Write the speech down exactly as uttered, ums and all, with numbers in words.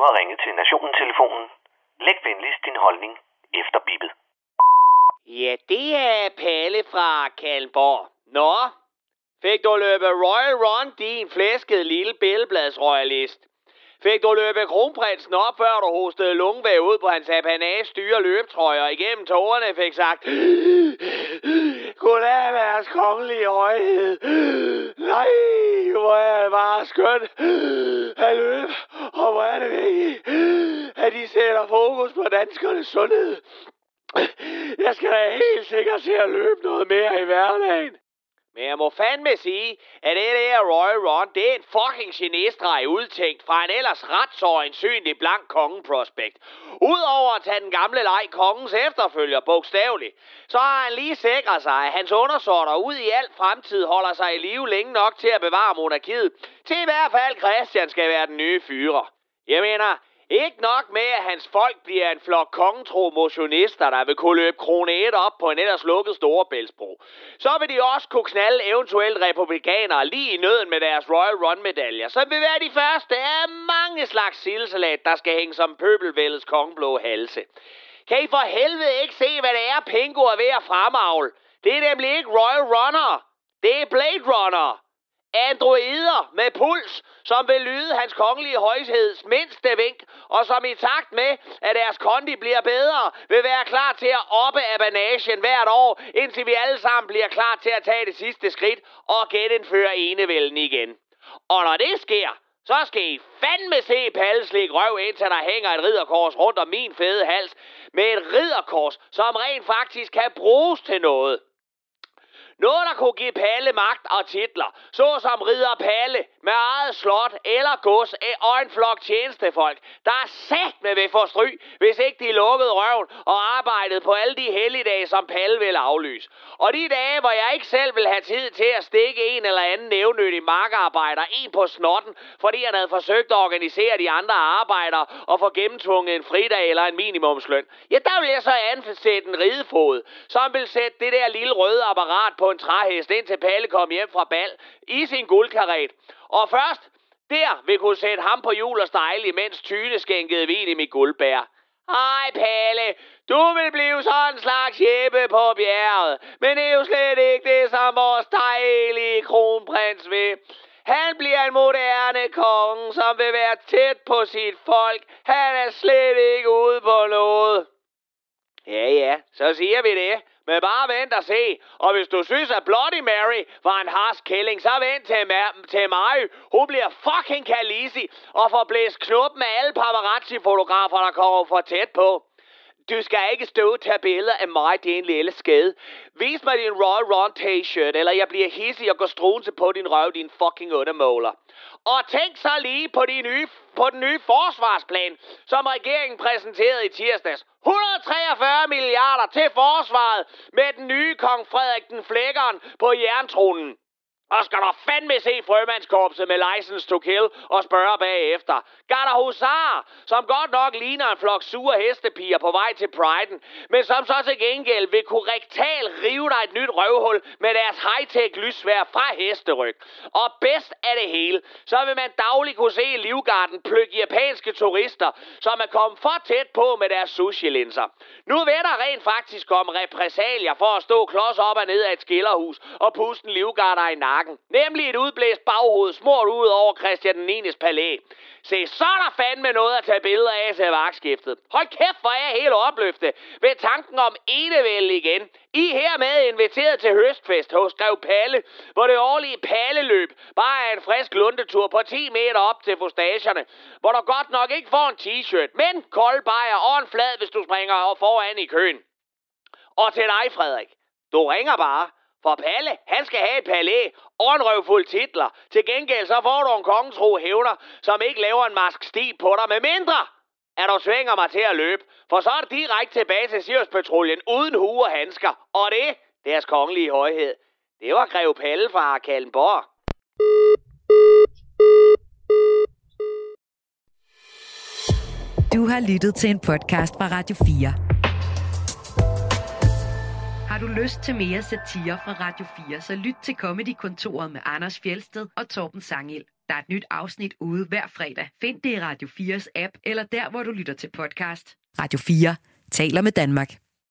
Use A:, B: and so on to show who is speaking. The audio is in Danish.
A: har ringet til Nationen-telefonen. Læg venligst din holdning efter bippet.
B: Ja, det er Palle fra Kalmborg. Nå, fik du løbet Royal Run, din flæskede lille billedbladsroyalist? Fik du løbet kronprinsen op, før du hostede lungevæg ud på hans apanage styre løbetrøjer igennem tårerne fik sagt goddag deres kongelige højhed. Nej, hvor er det bare skønt at løbe, og hvor er det vigtigt, at de sætter fokus på danskernes sundhed. Jeg skal da helt sikkert se at løbe noget mere i hverdagen. Men jeg må fandme sige, at det der Royal Run, det er en fucking genestreg udtænkt fra en ellers ret så øjensynlig blank kongeprospekt. Udover at tage den gamle leg kongens efterfølger bogstaveligt, så har han lige sikret sig, at hans undersåtter ud i al fremtid holder sig i live længe nok til at bevare monarkiet, til i hvert fald Christian skal være den nye fyrer. Jeg mener, ikke nok med, at hans folk bliver en flok kongetro motionister, der vil kunne løbe krone et op på en ellers lukket storebæltsbro. Så vil de også kunne knalde eventuelt republikanere lige i nøden med deres Royal Run-medaljer, som vil være de første af mange slags sildesalat, der skal hænge som pøbelvældets kongeblå halse. Kan I for helvede ikke se, hvad det er, Pingo er ved at fremavle? Det er nemlig ikke Royal Runner. Det er Blade Runner. Androider med puls, som vil lyde hans kongelige højheds mindste vink, og som i takt med, at deres kondi bliver bedre, vil være klar til at oppe abanagen hvert år, indtil vi alle sammen bliver klar til at tage det sidste skridt og genindføre enevælden igen. Og når det sker, så skal I fandme se Palle slik røv, indtil der hænger et ridderkors rundt om min fede hals, med et ridderkors, som rent faktisk kan bruges til noget. Noget, der kunne give Palle magt og titler, såsom ridder Palle med eget slot eller gods og en flok tjenestefolk, der er sat med ved for stry, hvis ikke de lukkede røven og arbejdede på alle de helligdage, som Palle ville aflyse. Og de dage, hvor jeg ikke selv ville have tid til at stikke en eller anden nævnyttig markarbejder en på snotten, fordi han havde forsøgt at organisere de andre arbejdere og få gennemtvunget en fridag eller en minimumsløn, ja, der ville jeg så ansætte en ridefod, som ville sætte det der lille røde apparat på en træhest, indtil Palle kom hjem fra bal i sin guldkaret. Og først der vil kunne sætte ham på hjul og stejle, imens Tyne skænkede vin i mit guldbær. Ej, Palle, du vil blive sådan en slags Jeppe på bjerget, men det er jo slet ikke det, som vores dejlige kronprins vil. Han bliver en moderne konge, som vil være tæt på sit folk. Han er slet ikke ude på noget. Ja, ja, så siger vi det. Men bare vent og se. Og hvis du synes, at Bloody Mary var en harsk kælling, så vent til, Ma- til Mary. Hun bliver fucking Khaleesi og får blæst knuppen af alle paparazzi-fotografer, der kommer for tæt på. Du skal ikke stå og tage billeder af mig, din lille skade. Vis mig din Royal Run t-shirt, eller jeg bliver hissig og går strunse på din røv, din fucking undermåler. Og tænk så lige på, de nye, på den nye forsvarsplan, som regeringen præsenterede i tirsdags. et hundrede og treogfyrre milliarder til forsvaret med den nye kong Frederik den Flækkeren på jerntronen. Og skal der fandme se frømandskorpset med license to kill og spørge bagefter. Garder Husar, som godt nok ligner en flok sure hestepiger på vej til Priden, men som så til gengæld vil kunne rektal rive dig et nyt røvhul med deres high-tech lyssvær fra hesteryg. Og bedst af det hele, så vil man dagligt kunne se Livgarden plukke japanske turister, som er kommet for tæt på med deres sushi-linser. Nu vil der rent faktisk komme repressalier for at stå klods op og ned af et skillerhus og puste en livgarder i nakken. Nemlig et udblæst baghoved smurt ud over Christian den niendes palæ. Se, så er der fandme noget at tage billeder af til vagtskiftet. Hold kæft, hvor er jeg helt opløftet ved tanken om enevælde igen. I hermed inviteret til høstfest hos Grev Palle, hvor det årlige Palleløb bare er en frisk lundetur på ti meter op til fustagerne, hvor du godt nok ikke får en t-shirt, men kold bajer og en flad, hvis du springer foran i køen. Og til dig, Frederik. Du ringer bare. For Palle, han skal have et palæ og en røvfuld titler. Til gengæld så får du en kongetro hævner, som ikke laver en mask sti på dig, med mindre at du svinger mig til at løbe. For så er det direkte tilbage til Sirius-patruljen uden hue og handsker. Og det, deres kongelige højhed, det var Grev Palle fra Kalmborg.
C: Du har lyttet til en podcast fra Radio fire. Har du lyst til mere satire fra Radio fire, så lyt til Comedy-kontoret med Anders Fjeldsted og Torben Sangel. Der er et nyt afsnit ude hver fredag. Find det i Radio fires app, eller der, hvor du lytter til podcast. Radio fire taler med Danmark.